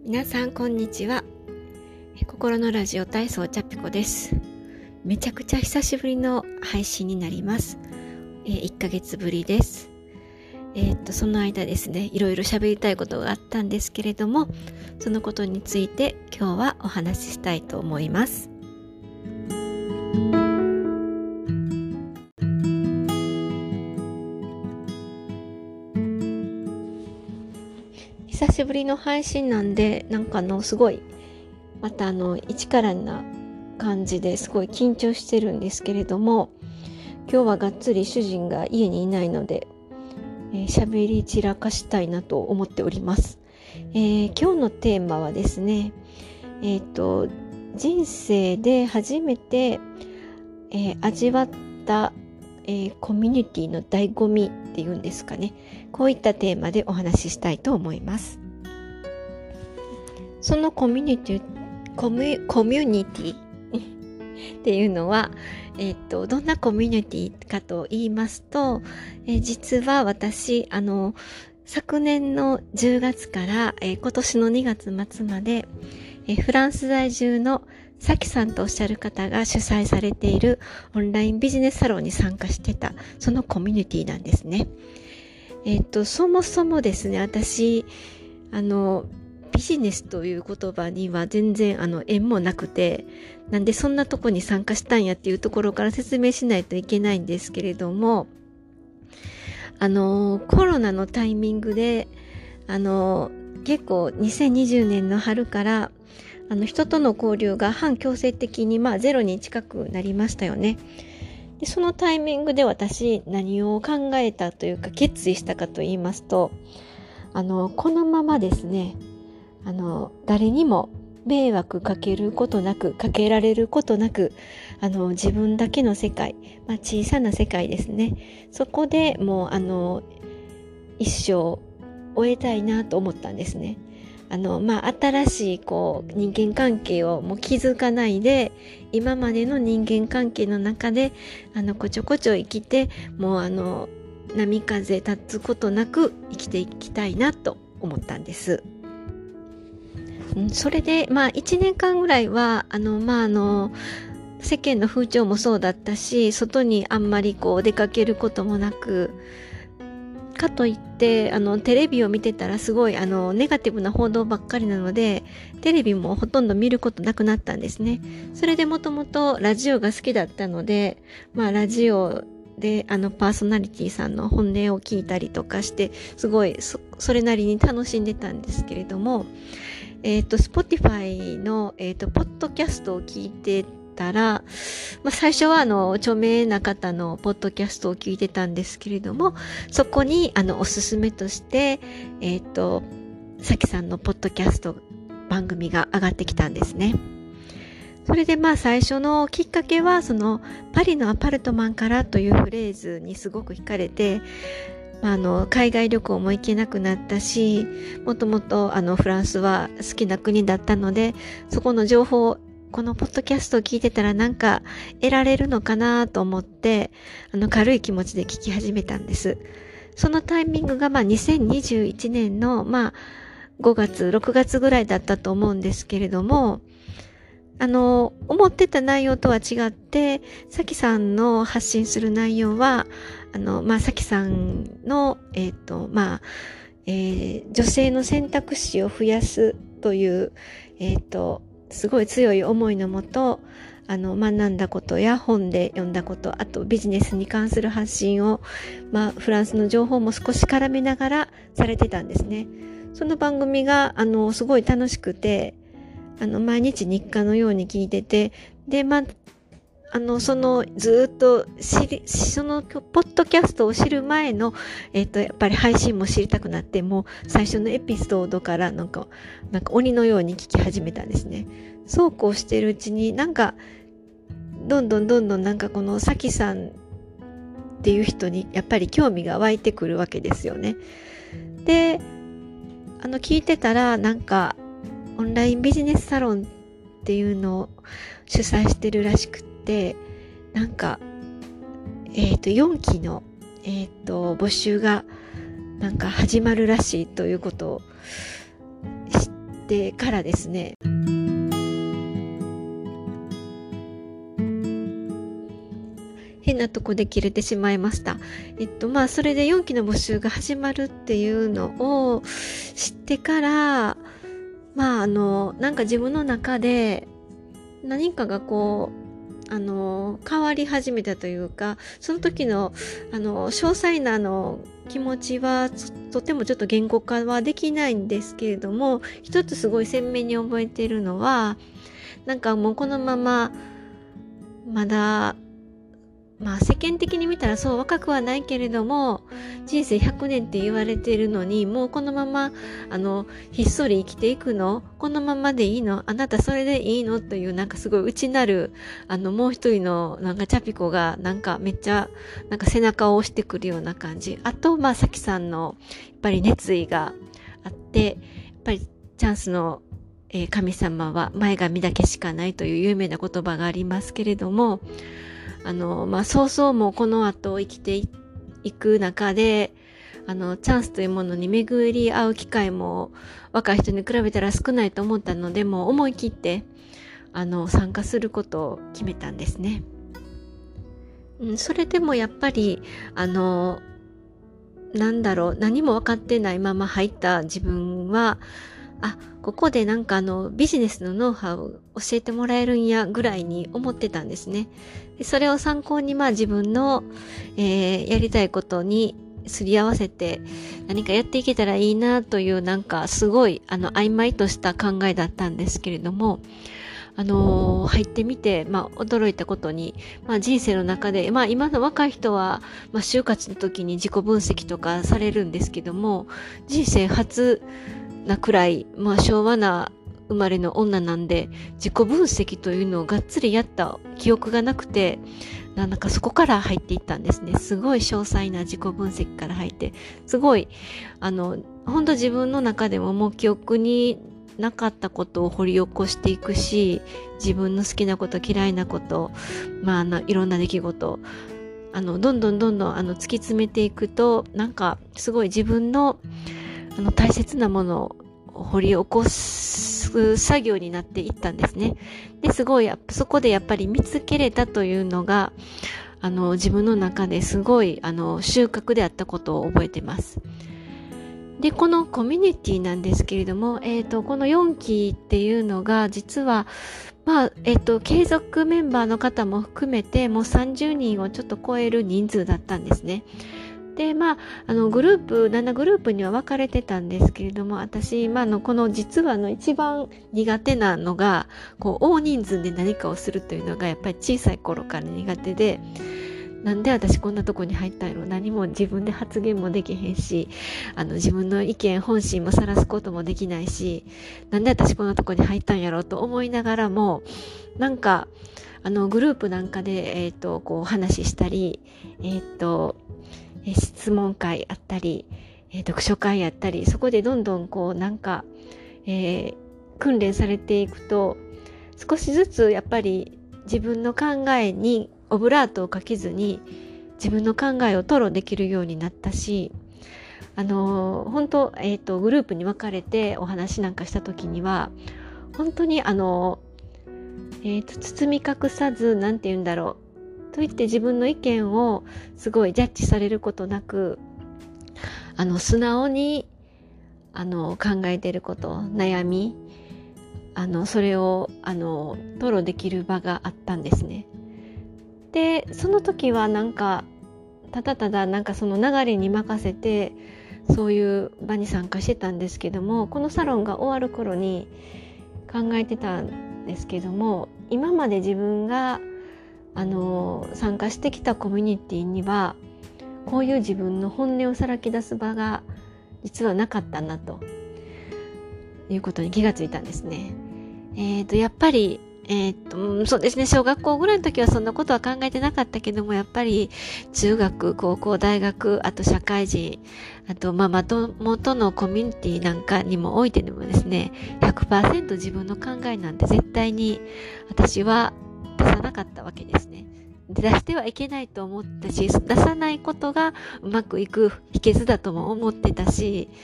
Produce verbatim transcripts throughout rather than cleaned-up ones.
皆さんこんにちは。心のラジオ体操チャピコです。めちゃくちゃ久しぶりの配信になります。えー、いっかげつぶりです。えー、っとその間ですね、いろいろ喋りたいことがあったんですけれども、そのことについて今日はお話ししたいと思います。久しぶりの配信なんで、なんかあのすごいまたあの一からな感じですごい緊張してるんですけれども、今日はがっつり主人が家にいないので喋、えー、り散らかしたいなと思っております。えー、今日のテーマはですね、えっと人生で初めて、えー、味わった、えー、コミュニティの醍醐味っていうんですかね、こういったテーマでお話ししたいと思います。そのコミュニティコミュ、コミュニティっていうのは、えっと、どんなコミュニティかと言いますと、え実は私、あの、昨年のじゅうがつから、え今年のにがつ末まで、えフランス在住のさきさんとおっしゃる方が主催されているオンラインビジネスサロンに参加してた、そのコミュニティなんですね。えっと、そもそもですね、私、あの、ビジネスという言葉には全然あの縁もなくて、なんでそんなとこに参加したんやっていうところから説明しないといけないんですけれども、あのコロナのタイミングであの結構にせんにじゅうねんの春からあの人との交流が半強制的にまあゼロに近くなりましたよね。でそのタイミングで私何を考えたというか決意したかと言いますと、あのこのままですね、あの誰にも迷惑かけることなくかけられることなく、あの自分だけの世界、まあ、小さな世界ですね、そこでもうあの一生終えたいなと思ったんですね。あのまあ新しいこう人間関係をもう築かないで、今までの人間関係の中であのこちょこちょ生きて、もうあの波風立つことなく生きていきたいなと思ったんです。それでまあいちねんかんぐらいはあのまああの世間の風潮もそうだったし、外にあんまりこう出かけることもなく、かといってあのテレビを見てたらすごいあのネガティブな報道ばっかりなので、テレビもほとんど見ることなくなったんですね。それでもともとラジオが好きだったので、まあラジオであのパーソナリティさんの本音を聞いたりとかして、すごい そ, それなりに楽しんでたんですけれども、えっと、Spotify の、えっと、ポッドキャストを聞いてたら、まあ、最初はあの、著名な方のポッドキャストを聞いてたんですけれども、そこにあの、おすすめとして、えっと、さきさんのポッドキャスト番組が上がってきたんですね。それでまあ最初のきっかけは、その、パリのアパルトマンからというフレーズにすごく惹かれて、まあ、あの海外旅行も行けなくなったし、もともとあのフランスは好きな国だったので、そこの情報をこのポッドキャストを聞いてたらなんか得られるのかなと思って、あの軽い気持ちで聞き始めたんです。そのタイミングがまあにせんにじゅういちねんのまあごがつろくがつぐらいだったと思うんですけれども、あの思ってた内容とは違って、さきさんの発信する内容はあの、まあ、さきさんの、えっと、まあ、えー、女性の選択肢を増やすという、えっと、すごい強い思いのもと、あの、学んだことや本で読んだこと、あとビジネスに関する発信を、まあ、フランスの情報も少し絡めながらされてたんですね。その番組が、あの、すごい楽しくて、あの、毎日日課のように聞いてて、で、まあ、あの、その、ずっと知り、その、ポッドキャストを知る前の、えっと、やっぱり配信も知りたくなって、もう最初のエピソードからなんか、なんか鬼のように聞き始めたんですね。そうこうしてるうちに、なんか、どんどんどんどんなんかこのさきさんっていう人に、やっぱり興味が湧いてくるわけですよね。で、あの、聞いてたら、なんか、オンラインビジネスサロンっていうのを主催してるらしくて、でなんかえっとよんきのえっと募集がなんか始まるらしいということを知っってからですね、変なとこで切れてしまいました。えっとまあそれでよんきの募集が始まるっていうのを知ってから、まああのなんか自分の中で何かがこうあの変わり始めたというか、その時のあの詳細なあの気持ちはとてもちょっと言語化はできないんですけれども、一つすごい鮮明に覚えているのは、なんかもうこのまままだまあ世間的に見たらそう若くはないけれども、人生ひゃくねんって言われているのに、もうこのままあのひっそり生きていくの、このままでいいの、あなたそれでいいのという、なんかすごい内なるあのもう一人のなんかチャピコがなんかめっちゃなんか背中を押してくるような感じ。あとまあさきさんのやっぱり熱意があって、やっぱりチャンスのえー神様は前髪だけしかないという有名な言葉がありますけれども、あの、まあ、そうそうもこの後生きていく中で、あの、チャンスというものに巡り合う機会も若い人に比べたら少ないと思ったので、もう思い切って、あの、参加することを決めたんですね。うん、それでもやっぱり、あの、なんだろう、何も分かってないまま入った自分は、あ、ここでなんかあのビジネスのノウハウを教えてもらえるんやぐらいに思ってたんですね。でそれを参考にまあ自分の、えー、やりたいことにすり合わせて何かやっていけたらいいなという、なんかすごいあの曖昧とした考えだったんですけれども、あのー、入ってみて、まあ、驚いたことに、まあ、人生の中で、まあ、今の若い人は、まあ、就活の時に自己分析とかされるんですけども、人生初なくらい、まあ、昭和な生まれの女なんで、自己分析というのをがっつりやった記憶がなくて、なんかそこから入っていったんですね。すごい詳細な自己分析から入って、すごい、あの、本当自分の中でももう記憶になかったことを掘り起こしていくし、自分の好きなこと、嫌いなこと、まあ、あの、いろんな出来事、あの、どんどんどんどん、あの、突き詰めていくと、なんか、すごい自分の、あの大切なものを掘り起こす作業になっていったんですね。で、すごいそこでやっぱり見つけれたというのが、あの自分の中ですごいあの収穫であったことを覚えてます。で、このコミュニティなんですけれども、えっと、このよんきっていうのが実は、まあ、えっと、継続メンバーの方も含めてもうさんじゅうにんをちょっと超える人数だったんですね。で、まあ、あの、グループ、ななグループには分かれてたんですけれども、私、まあ、の、この実はの一番苦手なのが、こう、大人数で何かをするというのが、やっぱり小さい頃から苦手で、なんで私こんなとこに入ったんやろ、何も自分で発言もできへんし、あの、自分の意見、本心も晒すこともできないし、なんで私こんなとこに入ったんやろと思いながらも、なんか、あの、グループなんかで、えっと、こう、話したり、えっと、質問会あったり、えー、読書会やったり、そこでどんどんこうなんか、えー、訓練されていくと、少しずつやっぱり自分の考えにオブラートをかけずに自分の考えを吐露できるようになったし、あのー、本当、えっと、グループに分かれてお話なんかした時には、本当にあのー、えっと、包み隠さず、なんて言うんだろう、と言って自分の意見をすごいジャッジされることなく、あの素直にあの考えていること、悩み、あのそれをあの吐露できる場があったんですね。で、その時はなんかただただなんかその流れに任せてそういう場に参加してたんですけども、このサロンが終わる頃に考えてたんですけども、今まで自分があの参加してきたコミュニティにはこういう自分の本音をさらけ出す場が実はなかったなということに気がついたんですね。えっとやっぱりえっとそうですね、小学校ぐらいの時はそんなことは考えてなかったけども、やっぱり中学、高校、大学、あと社会人、あとまあまともとのコミュニティなんかにもおいてでもですね、 ひゃくパーセント 自分の考えなんて絶対に私は出さなかったわけですね。で、出してはいけないと思ったし、出さないことがうまくいく秘訣だとも思ってたし、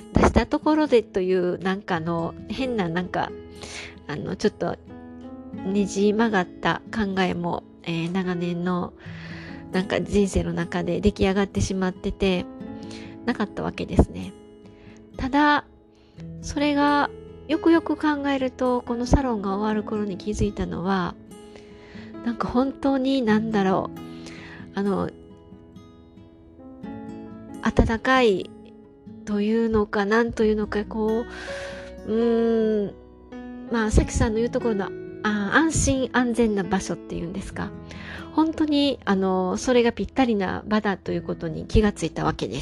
出したところでというなんかの変ななんかあのちょっとねじ曲がった考えも、えー、長年のなんか人生の中で出来上がってしまっててなかったわけですね。ただそれがよくよく考えると、このサロンが終わる頃に気づいたのは、なんか本当になんだろう、あの温かいというのかなんというのか、こううーんまあさきさんの言うところのあ安心安全な場所っていうんですか、本当にあのそれがぴったりな場だということに気がついたわけです。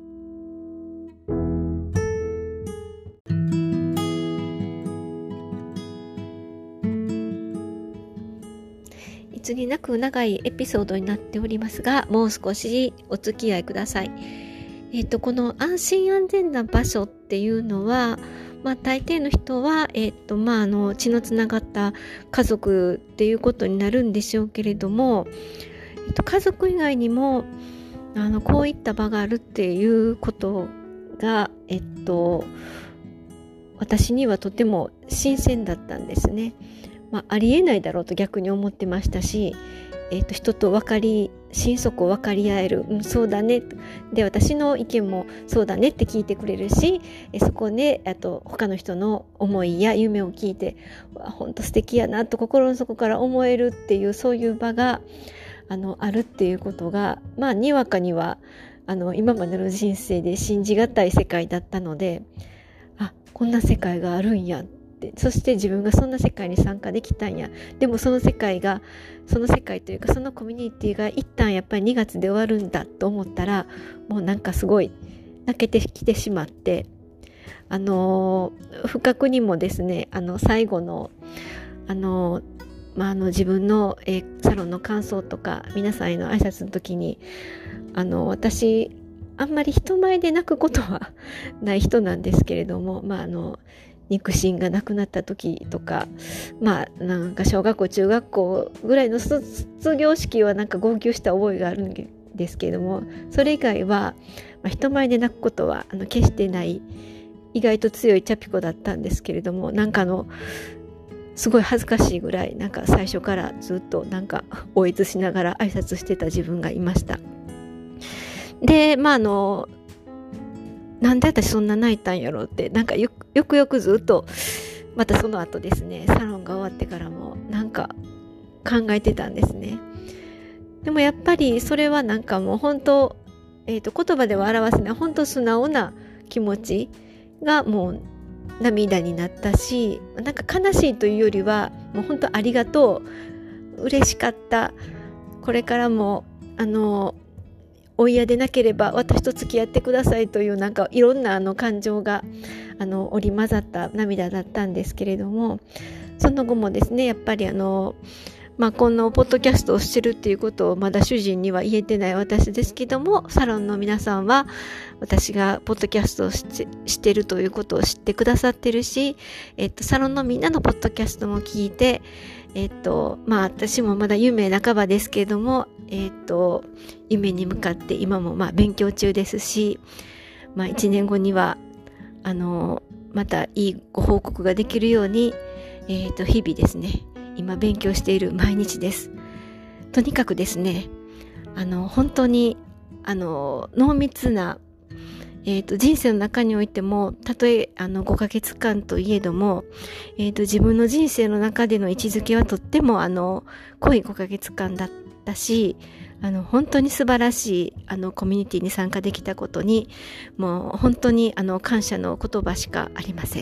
いつになく長いエピソードになっておりますが、もう少しお付き合いください。えっと、この安心安全な場所っていうのは、まあ大抵の人は、えっと、まああの、血のつながった家族っていうことになるんでしょうけれども、えっと、家族以外にも、あの、こういった場があるっていうことが、えっと、私にはとても新鮮だったんですね。まあ、ありえないだろうと逆に思ってましたし、えー、と人と分かり心底分かり合える、うん、そうだねで私の意見もそうだねって聞いてくれるし、えそこであと他の人の思いや夢を聞いて本当素敵やなと心の底から思えるっていう、そういう場が あのあるっていうことが、まあにわかにはあの今までの人生で信じがたい世界だったので、あ、こんな世界があるんや、そして自分がそんな世界に参加できたんや。でもその世界がその世界というかそのコミュニティが一旦やっぱりにがつで終わるんだと思ったら、もうなんかすごい泣けてきてしまって、あのー、不覚にもですね、あの最後のあのーまあ、あの自分の、えー、サロンの感想とか皆さんへの挨拶の時に、あの私あんまり人前で泣くことはない人なんですけれども、まああの肉親が亡くなった時とか、まあなんか小学校中学校ぐらいの卒業式はなんか号泣した覚えがあるんですけれども、それ以外は、まあ、人前で泣くことはあの決してない、意外と強いチャピコだったんですけれども、なんかあのすごい恥ずかしいぐらいなんか最初からずっとなんかおえつしながら挨拶してた自分がいました。でまああのなんで私そんな泣いたんやろうってなんかよくよくよくずっとまたその後ですね、サロンが終わってからもなんか考えてたんですね。でもやっぱりそれはなんかもう本当、えーと、言葉では表せない本当素直な気持ちがもう涙になったし、なんか悲しいというよりはもう本当ありがとう、嬉しかった、これからもあのお嫌でなければ私と付き合ってくださいというなんかいろんなあの感情があの織り交ざった涙だったんですけれども、その後もですねやっぱりあのまあこんなポッドキャストをしてるっていうことをまだ主人には言えてない私ですけども、サロンの皆さんは私がポッドキャストを し, してるということを知ってくださってるし、えっとサロンのみんなのポッドキャストも聞いて、えっとまあ私もまだ夢半ばですけれども、えっと夢に向かって今もまあ勉強中ですし、まあいちねんごにはあのまたいいご報告ができるように、えっと日々ですね今勉強している毎日です。とにかくですね、あの本当にあの濃密な、えー、と人生の中においても、たとえあのごかげつかんといえども、えー、と自分の人生の中での位置づけはとってもあの濃いごかげつかんだったし、あの本当に素晴らしいあのコミュニティに参加できたことにもう本当にあの感謝の言葉しかありません。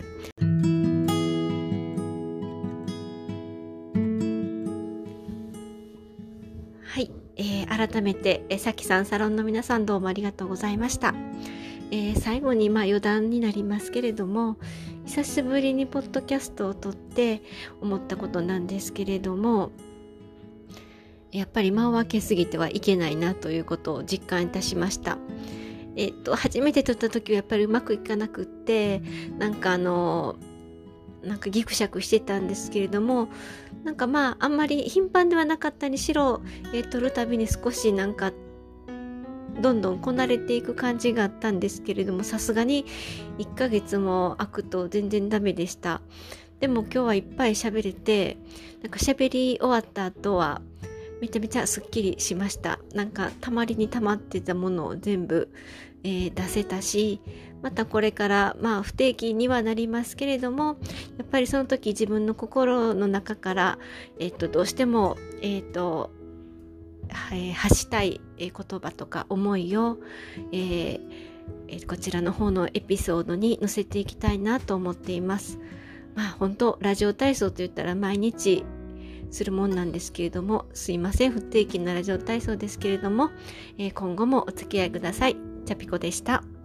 はい、えー、改めて、えー、さきさん、サロンの皆さんどうもありがとうございました。えー、最後にまあ余談になりますけれども、久しぶりにポッドキャストを撮って思ったことなんですけれども、やっぱり間を空けすぎてはいけないなということを実感いたしました。えっと初めて撮った時はやっぱりうまくいかなくって、なんかあのなんかギクシャクしてたんですけれども、なんかまああんまり頻繁ではなかったにしろ、えー、撮るたびに少しなんかどんどんこなれていく感じがあったんですけれども、さすがにいっかげつも空くと全然ダメでした。でも今日はいっぱい喋れて、なんか喋り終わった後はめちゃめちゃすっきりしました。なんかたまりにたまってたものを全部、えー、出せたし、またこれからまあ不定期にはなりますけれども、やっぱりその時自分の心の中から、えっと、どうしても、えっと、えー、発したい言葉とか思いを、えーえー、こちらの方のエピソードに載せていきたいなと思っています。まあ本当ラジオ体操といったら毎日するもんなんですけれども、すいません、不定期なラジオ体操ですけれども、えー、今後もお付き合いください。チャピコでした。